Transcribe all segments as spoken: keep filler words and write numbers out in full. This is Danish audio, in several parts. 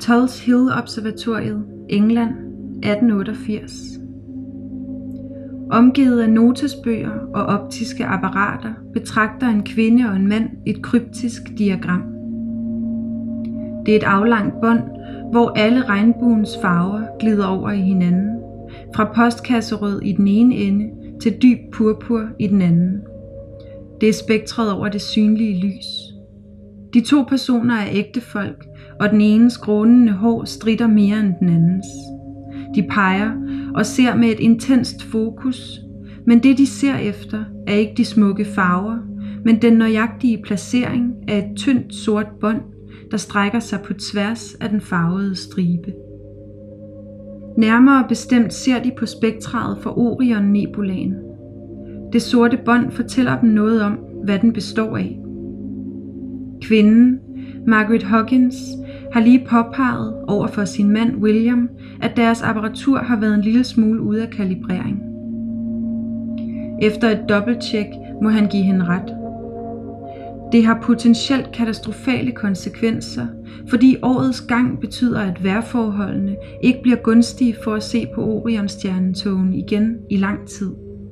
Tulse Hill Observatoriet, England, atten otteogfirs. Omgivet af notesbøger og optiske apparater betragter en kvinde og en mand et kryptisk diagram. Det er et aflangt bånd, hvor alle regnbuens farver glider over i hinanden, fra postkasserød i den ene ende til dyb purpur i den anden. Det er spektret over det synlige lys. De to personer er ægtefolk, og den enes skrånende hår stritter mere end den andens. De peger og ser med et intenst fokus, men det de ser efter er ikke de smukke farver, men den nøjagtige placering af et tyndt sort bånd, der strækker sig på tværs af den farvede stribe. Nærmere bestemt ser de på spektraet for Orion-nebulaen. Det sorte bånd fortæller dem noget om, hvad den består af. Kvinden, Margaret Huggins, har lige påpeget over for sin mand William, at deres apparatur har været en lille smule ude af kalibrering. Efter et dobbelttjek må han give hende ret. Det har potentielt katastrofale konsekvenser, fordi årets gang betyder, at vejrforholdene ikke bliver gunstige for at se på Orion-stjernetågen igen i lang tid.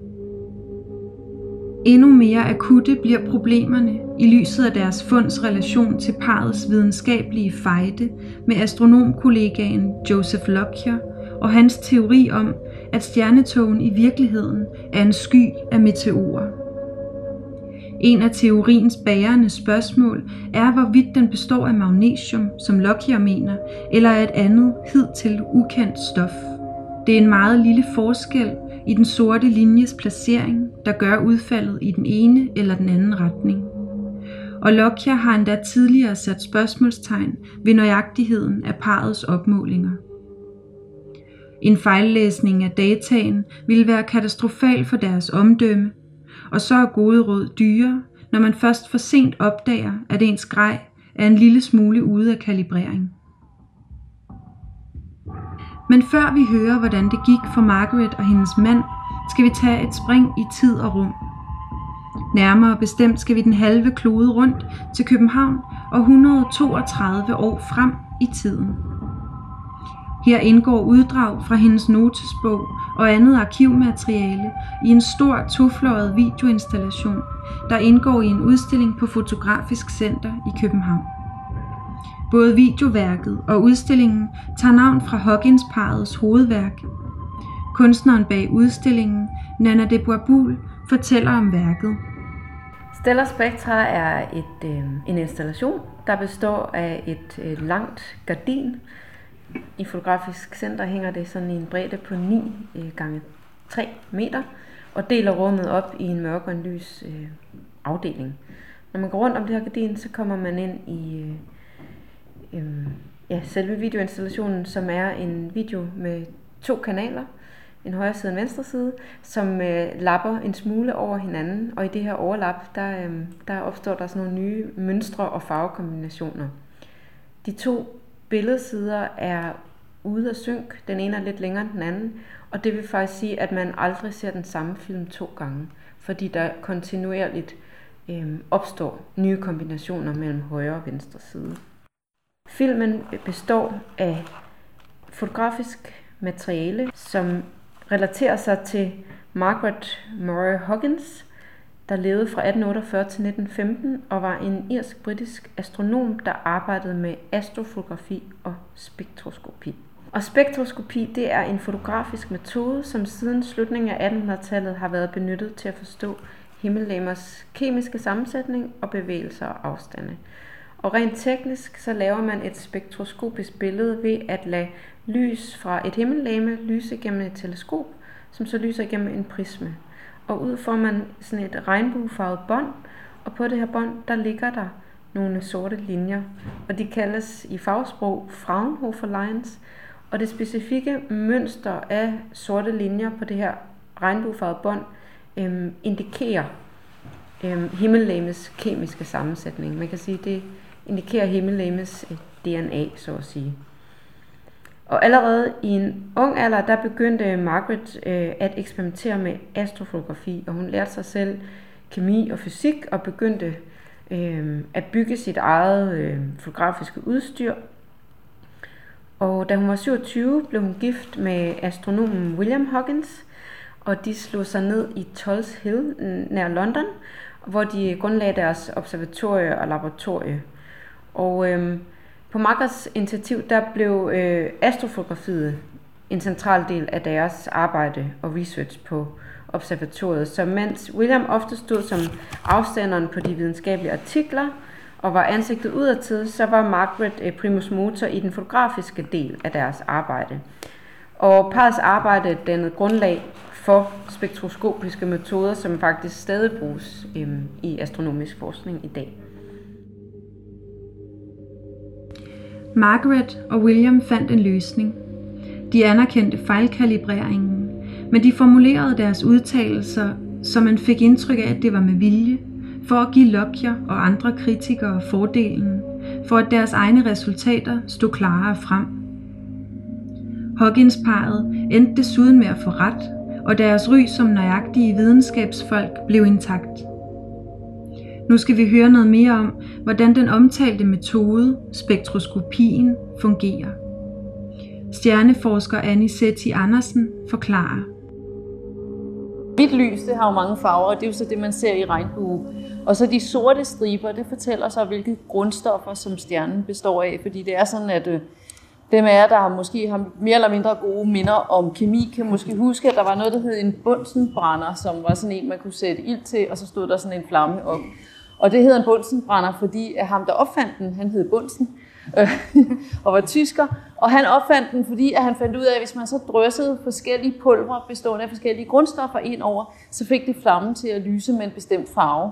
Endnu mere akutte bliver problemerne i lyset af deres funds relation til parrets videnskabelige fejde med astronomkollegaen Joseph Lockyer og hans teori om, at stjernetågen i virkeligheden er en sky af meteorer. En af teoriens bærende spørgsmål er, hvorvidt den består af magnesium, som Lockyer mener, eller af et andet, hidtil ukendt stof. Det er en meget lille forskel i den sorte linjes placering, der gør udfaldet i den ene eller den anden retning. Og Lockyer har endda tidligere sat spørgsmålstegn ved nøjagtigheden af parrets opmålinger. En fejllæsning af dataen ville være katastrofal for deres omdømme, og så er gode råd dyre, når man først for sent opdager, at ens grej er en lille smule ude af kalibrering. Men før vi hører, hvordan det gik for Margaret og hendes mand, skal vi tage et spring i tid og rum. Nærmere bestemt skal vi den halve klode rundt til København og et hundrede og toogtredive år frem i tiden. Her indgår uddrag fra hendes notesbog og andet arkivmateriale i en stor tofløjet videoinstallation, der indgår i en udstilling på Fotografisk Center i København. Både videoværket og udstillingen tager navn fra Huggins-parrets hovedværk. Kunstneren bag udstillingen, Nana de Boisboul, fortæller om værket. Stellar Spectra er et, øh, en installation, der består af et øh, langt gardin. I Fotografisk Center hænger det sådan i en bredde på ni gange tre meter og deler rummet op i en mørk og en lys øh, afdeling. Når man går rundt om det her gardin, så kommer man ind i øh, øh, ja, selve videoinstallationen, som er en video med to kanaler, en højre side og en venstre side, som øh, lapper en smule over hinanden, og i det her overlap, der, øh, der opstår der sådan nogle nye mønstre og farvekombinationer. De to billedsider er ude af synk, den ene er lidt længere end den anden, og det vil faktisk sige, at man aldrig ser den samme film to gange, fordi der kontinuerligt øh, opstår nye kombinationer mellem højre og venstre side. Filmen består af fotografisk materiale, som relaterer sig til Margaret Murray Huggins, der levede fra atten otteogfyrre til nitten femten og var en irsk-britisk astronom, der arbejdede med astrofotografi og spektroskopi. Og spektroskopi, det er en fotografisk metode, som siden slutningen af attenhundredetallet har været benyttet til at forstå himmellegemers kemiske sammensætning og bevægelser og afstande. Og rent teknisk så laver man et spektroskopisk billede ved at lade lys fra et himmellegeme lyse gennem et teleskop, som så lyser gennem en prisme. Og ud får man sådan et regnbuefarvet bånd, og på det her bånd, der ligger der nogle sorte linjer, og de kaldes i fagsprog Fraunhofer lines, og det specifikke mønster af sorte linjer på det her regnbuefarvede bånd øhm, indikerer øhm, himmellegemets kemiske sammensætning. Man kan sige, det indikerer himmellegemets D N A, så at sige. Og allerede i en ung alder, der begyndte Margaret øh, at eksperimentere med astrofotografi, og hun lærte sig selv kemi og fysik, og begyndte øh, at bygge sit eget øh, fotografiske udstyr. Og da hun var syvogtyve, blev hun gift med astronomen William Huggins, og de slog sig ned i Tulse Hill nær London, hvor de grundlagde deres observatorie og laboratorie. Og øhm, på Margarets initiativ, der blev øh, astrofotografiet en central del af deres arbejde og research på observatoriet. Så mens William ofte stod som afstanderen på de videnskabelige artikler og var ansigtet udadtil, så var Margaret øh, primus motor i den fotografiske del af deres arbejde. Og parrets arbejde dannede grundlag for spektroskopiske metoder, som faktisk stadig bruges øh, i astronomisk forskning i dag. Margaret og William fandt en løsning. De anerkendte fejlkalibreringen, men de formulerede deres udtalelser, så man fik indtryk af, at det var med vilje, for at give Lockyer og andre kritikere fordelen, for at deres egne resultater stod klarere frem. Huggins-parret endte desuden med at få ret, og deres ry som nøjagtige videnskabsfolk blev intakt. Nu skal vi høre noget mere om, hvordan den omtalte metode, spektroskopien, fungerer. Stjerneforsker Annie Sethi Andersen forklarer. Hvidt lys, det har jo mange farver, og det er jo så det, man ser i regnbue. Og så de sorte striber, det fortæller så, hvilke grundstoffer, som stjernen består af. Fordi det er sådan, at øh, dem af jer, der har måske har mere eller mindre gode minder om kemi, kan måske huske, at der var noget, der hed en Bunsenbrænder, som var sådan en, man kunne sætte ild til, og så stod der sådan en flamme op. Og det hedder en Bunsenbrænder, fordi at ham, der opfandt den, han hed Bunsen, og var tysker. Og han opfandt den, fordi at han fandt ud af, at hvis man så dryssede forskellige pulver, bestående af forskellige grundstoffer ind over, så fik det flammen til at lyse med en bestemt farve.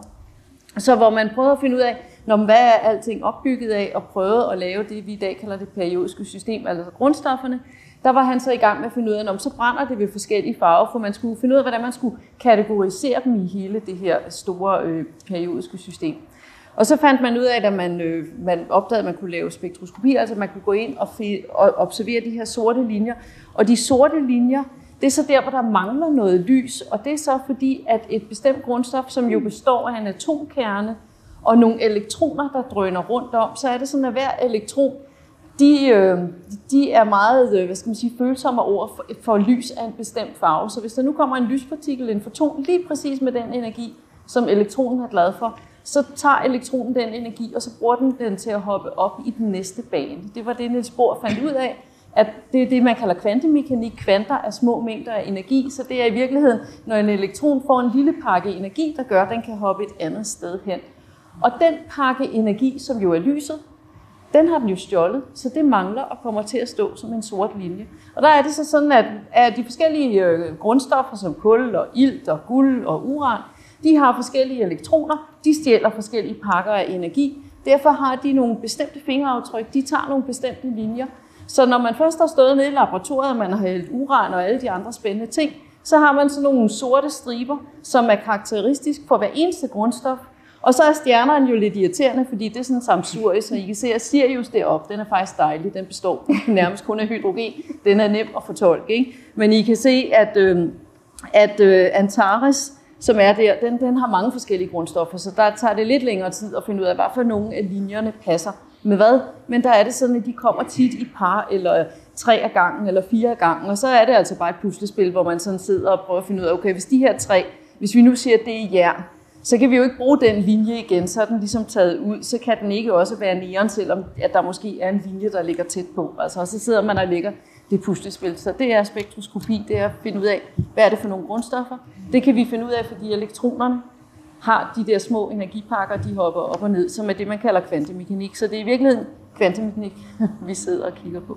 Så hvor man prøvede at finde ud af, når, hvad er alting opbygget af, og prøvede at lave det, vi i dag kalder det periodiske system, altså grundstofferne, der var han så i gang med at finde ud af, om så brænder det ved forskellige farver, for man skulle finde ud af, hvordan man skulle kategorisere dem i hele det her store øh, periodiske system. Og så fandt man ud af, at man, øh, man opdagede, at man kunne lave spektroskopi, altså man kunne gå ind og, fi- og observere de her sorte linjer. Og de sorte linjer, det er så der, hvor der mangler noget lys, og det er så fordi, at et bestemt grundstof, som jo består af en atomkerne og nogle elektroner, der drøner rundt om, så er det sådan, at hver elektron, de, øh, de er meget øh, hvad skal man sige, følsomme over for, for lys af en bestemt farve. Så hvis der nu kommer en lyspartikel, en foton, lige præcis med den energi, som elektronen er glad for, så tager elektronen den energi, og så bruger den den til at hoppe op i den næste bane. Det var det, Niels Bohr fandt ud af, at det er det, man kalder kvantemekanik. Kvanter er små mængder af energi, så det er i virkeligheden, når en elektron får en lille pakke energi, der gør, at den kan hoppe et andet sted hen. Og den pakke energi, som jo er lyset, den har den jo stjålet, så det mangler og kommer til at stå som en sort linje. Og der er det så sådan, at, at de forskellige øh, grundstoffer som kul og ilt og guld og uran, de har forskellige elektroner, de stjæler forskellige pakker af energi. Derfor har de nogle bestemte fingeraftryk, de tager nogle bestemte linjer. Så når man først har stået nede i laboratoriet, og man har hældt uran og alle de andre spændende ting, så har man sådan nogle sorte striber, som er karakteristisk for hver eneste grundstof. Og så er stjernerne jo lidt irriterende, fordi det er sådan samsurisk, så I kan se, at Sirius deroppe, den er faktisk dejlig, den består nærmest kun af hydrogen, den er nem at fortolke, ikke? Men I kan se, at, øh, at øh, Antares, som er der, den, den har mange forskellige grundstoffer, så der tager det lidt længere tid at finde ud af, hvad for nogle af linjerne passer med hvad. Men der er det sådan, at de kommer tit i par, eller tre af gangen, eller fire af gangen, og så er det altså bare et puslespil, hvor man sådan sidder og prøver at finde ud af, okay, hvis de her tre, hvis vi nu siger, at det er jern, så kan vi jo ikke bruge den linje igen, så er den ligesom taget ud, så kan den ikke også være neon, selvom at der måske er en linje, der ligger tæt på. Altså, og så sidder man og lægger det puslespil. Så det er spektroskopi, det er at finde ud af, hvad er det for nogle grundstoffer. Det kan vi finde ud af, fordi elektronerne har de der små energipakker, de hopper op og ned, som er det, man kalder kvantemekanik. Så det er i virkeligheden kvantemekanik, vi sidder og kigger på.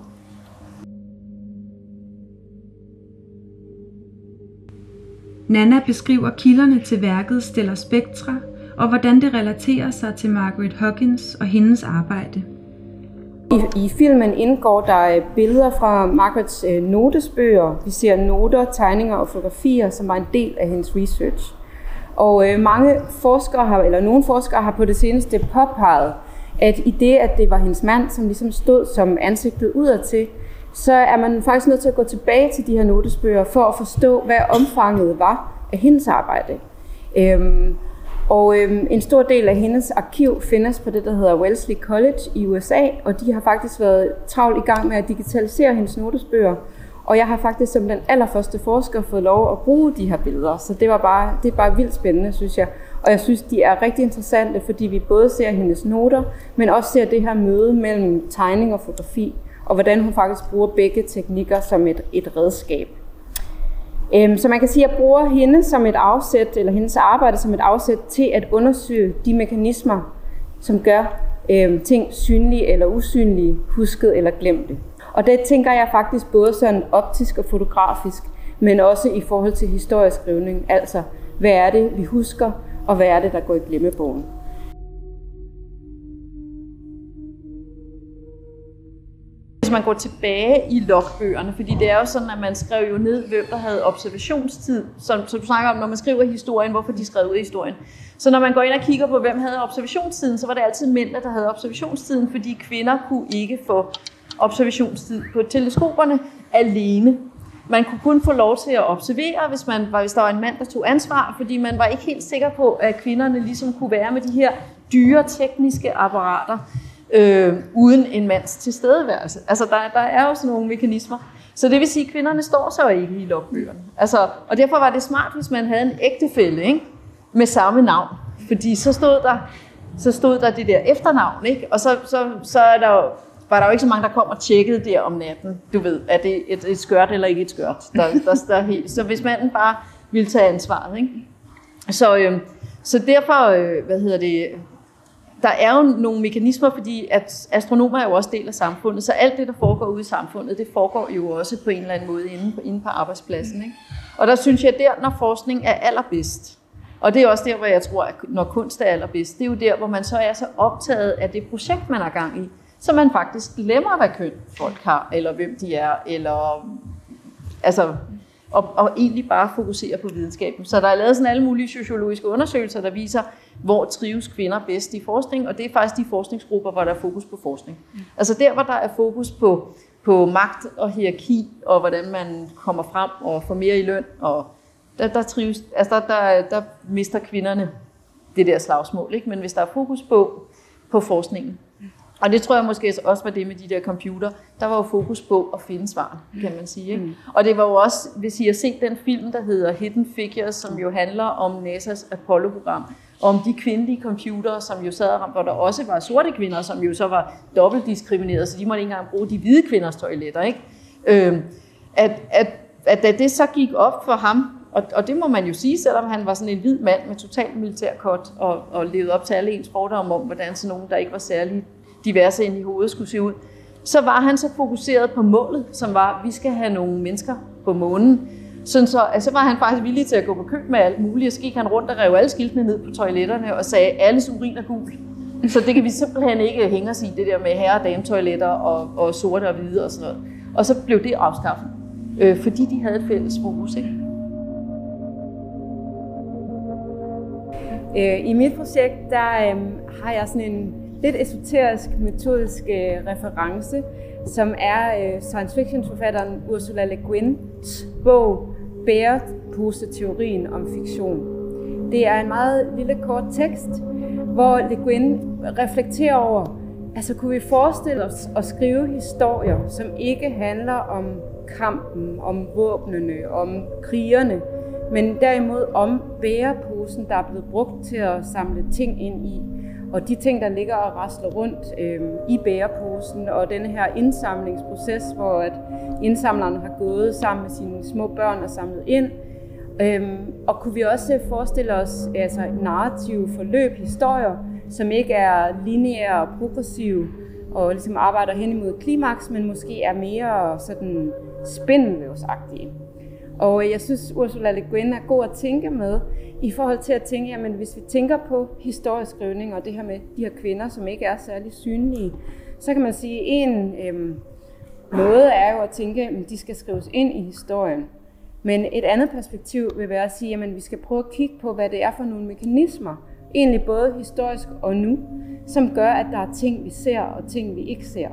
Nanna beskriver kilderne til værket Stellar Spectra, og hvordan det relaterer sig til Margaret Huggins og hendes arbejde. I, i filmen indgår der billeder fra Margarets øh, notesbøger. Vi ser noter, tegninger og fotografier, som var en del af hendes research. Og øh, mange forskere har, eller nogle forskere har på det seneste påpeget, at i det, at det var hendes mand, som ligesom stod som ansigtet udadtil, så er man faktisk nødt til at gå tilbage til de her notesbøger for at forstå, hvad omfanget var af hendes arbejde. Øhm, Og øhm, en stor del af hendes arkiv findes på det, der hedder Wellesley College i U S A, og de har faktisk været travlt i gang med at digitalisere hendes notesbøger. Og jeg har faktisk som den allerførste forsker fået lov at bruge de her billeder, så det, var bare, det er bare vildt spændende, synes jeg. Og jeg synes, de er rigtig interessante, fordi vi både ser hendes noter, men også ser det her møde mellem tegning og fotografi, og hvordan hun faktisk bruger begge teknikker som et, et redskab. Så man kan sige, at jeg bruger hende som et afsæt, eller hendes arbejde som et afsæt til at undersøge de mekanismer, som gør øh, ting synlige eller usynlige, husket eller glemte. Og det tænker jeg faktisk både sådan optisk og fotografisk, men også i forhold til historieskrivning. Altså, hvad er det, vi husker, og hvad er det, der går i glemmebogen? Hvis man går tilbage i logbøgerne, fordi det er jo sådan, at man skrev jo ned, hvem der havde observationstid, som, som du snakker om, når man skriver historien, hvorfor de skrev ud i historien. Så når man går ind og kigger på, hvem havde observationstiden, så var det altid mænd, der havde observationstiden, fordi kvinder kunne ikke få observationstid på teleskoperne alene. Man kunne kun få lov til at observere, hvis, man var, hvis der var en mand, der tog ansvar, fordi man var ikke helt sikker på, at kvinderne ligesom kunne være med de her dyre tekniske apparater, øh, uden en mands tilstedeværelse. Altså, der, der er jo sådan nogle mekanismer. Så det vil sige, at kvinderne står så ikke i logbøgerne. Altså, og derfor var det smart, hvis man havde en ægtefælle, ikke? Med samme navn. Fordi så stod der, så stod der det der efternavn, ikke? Og så, så, så er der jo, var der jo ikke så mange, der kom og tjekkede der om natten. Du ved, er det et, et skørt eller ikke et skørt? Der, der, der helt. Så hvis manden bare ville tage ansvaret, ikke? Så, øh, så derfor, øh, hvad hedder det, der er jo nogle mekanismer, fordi at astronomer er jo også del af samfundet, så alt det, der foregår ude i samfundet, det foregår jo også på en eller anden måde inde på, inde på arbejdspladsen, ikke? Og der synes jeg, der, når forskning er allerbedst, og det er også der, hvor jeg tror, at når kunst er allerbedst, det er jo der, hvor man så er så optaget af det projekt, man er gang i, så man faktisk glemmer, hvad køn folk har, eller hvem de er, eller altså, og, og egentlig bare fokuserer på videnskaben. Så der er lavet sådan alle mulige sociologiske undersøgelser, der viser, hvor trives kvinder bedst i forskning, og det er faktisk de forskningsgrupper, hvor der er fokus på forskning. Mm. Altså der, hvor der er fokus på, på magt og hierarki, og hvordan man kommer frem og får mere i løn, og der, der trives, altså der, der, der mister kvinderne det der slagsmål, ikke? Men hvis der er fokus på, på forskningen, og det tror jeg måske også var det med de der computer, der var jo fokus på at finde svar, kan man sige, ikke? Mm. Og det var jo også, hvis I har set den film, der hedder Hidden Figures, som jo handler om NASA's Apollo-program, om de kvindelige computere, som jo sad og ramte, hvor der også var sorte kvinder, som jo så var dobbelt diskrimineret, så de måtte ikke engang bruge de hvide kvinders toiletter, ikke? Øhm, at, at, at da det så gik op for ham, og, og det må man jo sige, selvom han var sådan en hvid mand med totalt militærkot, og, og levede op til alle ens fordomme om, hvordan sådan nogen, der ikke var særlig diverse ind i hovedet, skulle se ud, så var han så fokuseret på målet, som var, at vi skal have nogle mennesker på månen. Sådan så, altså, så var han faktisk villig til at gå på køb med alt muligt, og så gik han rundt og rev alle skiltene ned på toiletterne og sagde, at alles urin er gul. Så det kan vi simpelthen ikke hænge os i, det der med herre- og dametoiletter og, og sorte og hvide og sådan noget. Og så blev det afskaffet, øh, fordi de havde et fælles fokus, ikke? I mit projekt, der øh, har jeg sådan en lidt esoterisk metodisk øh, reference, som er øh, science fiction forfatteren Ursula Le Guins bog Bæreposeteorien om fiktion. Det er en meget lille kort tekst, hvor Le Guin reflekterer over, altså kunne vi forestille os at skrive historier, som ikke handler om kampen, om våbnene, om krigerne, men derimod om bæreposen, der er blevet brugt til at samle ting ind i. Og de ting, der ligger og rasler rundt øh, i bæreposen, og denne her indsamlingsproces, hvor at indsamleren har gået sammen med sine små børn og samlet ind. Øhm, og kunne vi også forestille os altså, narrative forløb, historier, som ikke er lineære og progressive, og ligesom arbejder hen imod klimaks, men måske er mere sådan spindelvævsagtige. Og jeg synes, Ursula Le Guin er god at tænke med, i forhold til at tænke, jamen hvis vi tænker på historieskrivning og det her med de her kvinder, som ikke er særlig synlige, så kan man sige, at en øhm, måde er jo at tænke, at de skal skrives ind i historien. Men et andet perspektiv vil være at sige, at vi skal prøve at kigge på, hvad det er for nogle mekanismer, egentlig både historisk og nu, som gør, at der er ting, vi ser og ting, vi ikke ser.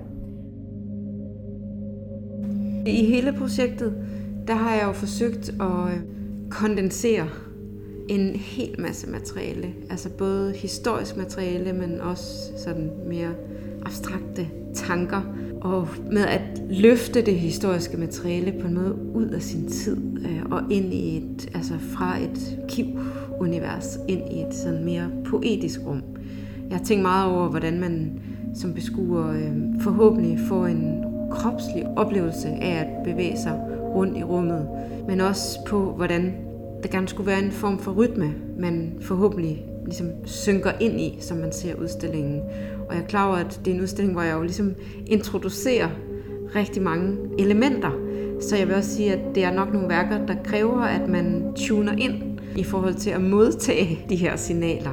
I hele projektet, der har jeg jo forsøgt at kondensere en hel masse materiale, altså både historisk materiale, men også sådan mere abstrakte tanker, og med at løfte det historiske materiale på en måde ud af sin tid, øh, og ind i et, altså fra et Q-univers ind i et sådan mere poetisk rum. Jeg har tænkt meget over, hvordan man som beskuer øh, forhåbentlig får en kropslig oplevelse af at bevæge sig rundt i rummet, men også på, hvordan der gerne skulle være en form for rytme, man forhåbentlig ligesom synker ind i, som man ser udstillingen. Og jeg er klar over, at det er en udstilling, hvor jeg jo ligesom introducerer rigtig mange elementer. Så jeg vil også sige, at det er nok nogle værker, der kræver, at man tuner ind i forhold til at modtage de her signaler.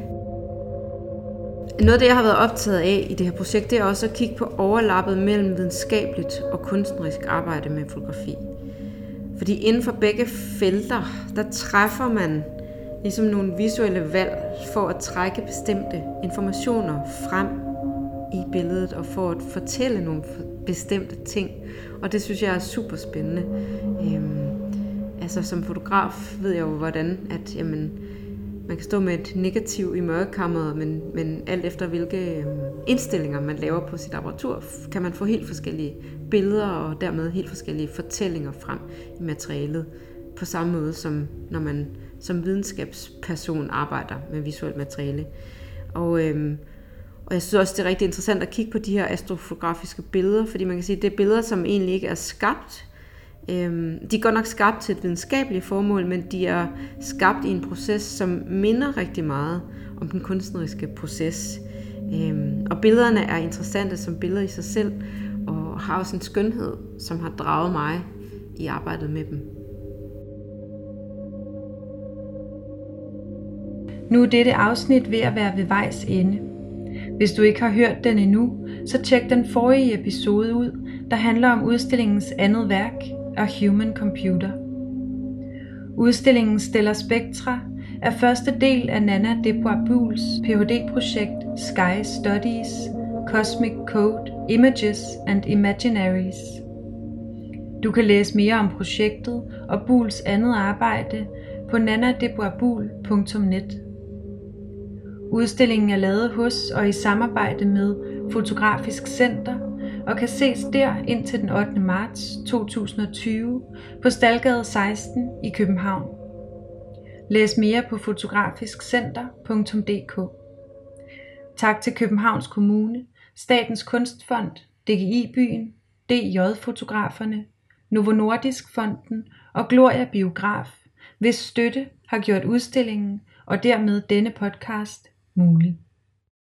Noget af det, jeg har været optaget af i det her projekt, det er også at kigge på overlappet mellem videnskabeligt og kunstnerisk arbejde med fotografi. Fordi inden for begge felter, der træffer man ligesom nogle visuelle valg for at trække bestemte informationer frem i billedet og for at fortælle nogle bestemte ting. Og det synes jeg er super spændende. Øhm, altså som fotograf ved jeg jo, hvordan at, jamen, man kan stå med et negativ i mørkekammeret, men, men alt efter hvilke øhm, indstillinger man laver på sit apparatur, kan man få helt forskellige billeder og dermed helt forskellige fortællinger frem i materialet. På samme måde som når man som videnskabsperson arbejder med visuelt materiale. Og, øhm, og jeg synes også, det er rigtig interessant at kigge på de her astrofotografiske billeder, fordi man kan sige, at det er billeder, som egentlig ikke er skabt. Øhm, de er godt nok skabt til et videnskabeligt formål, men de er skabt i en proces, som minder rigtig meget om den kunstneriske proces. Øhm, og billederne er interessante som billeder i sig selv, og har også en skønhed, som har draget mig i arbejdet med dem. Nu er dette afsnit ved at være ved vejs ende. Hvis du ikke har hørt den endnu, så tjek den forrige episode ud, der handler om udstillingens andet værk, A Human Computer. Udstillingen Stellar Spectra er første del af Nana Debois-Buhls P H D-projekt Sky Studies, Cosmic Code, Images and Imaginaries. Du kan læse mere om projektet og Buhls andet arbejde på nana debois buhl punktum net. Udstillingen er lavet hos og i samarbejde med Fotografisk Center og kan ses der indtil den ottende marts to tusind og tyve på Stalgade seksten i København. Læs mere på fotografisk center punktum d k. Tak til Københavns Kommune, Statens Kunstfond, D G I-byen, D J-fotograferne, Novo Nordisk Fonden og Gloria Biograf, hvis støtte har gjort udstillingen og dermed denne podcast mulig.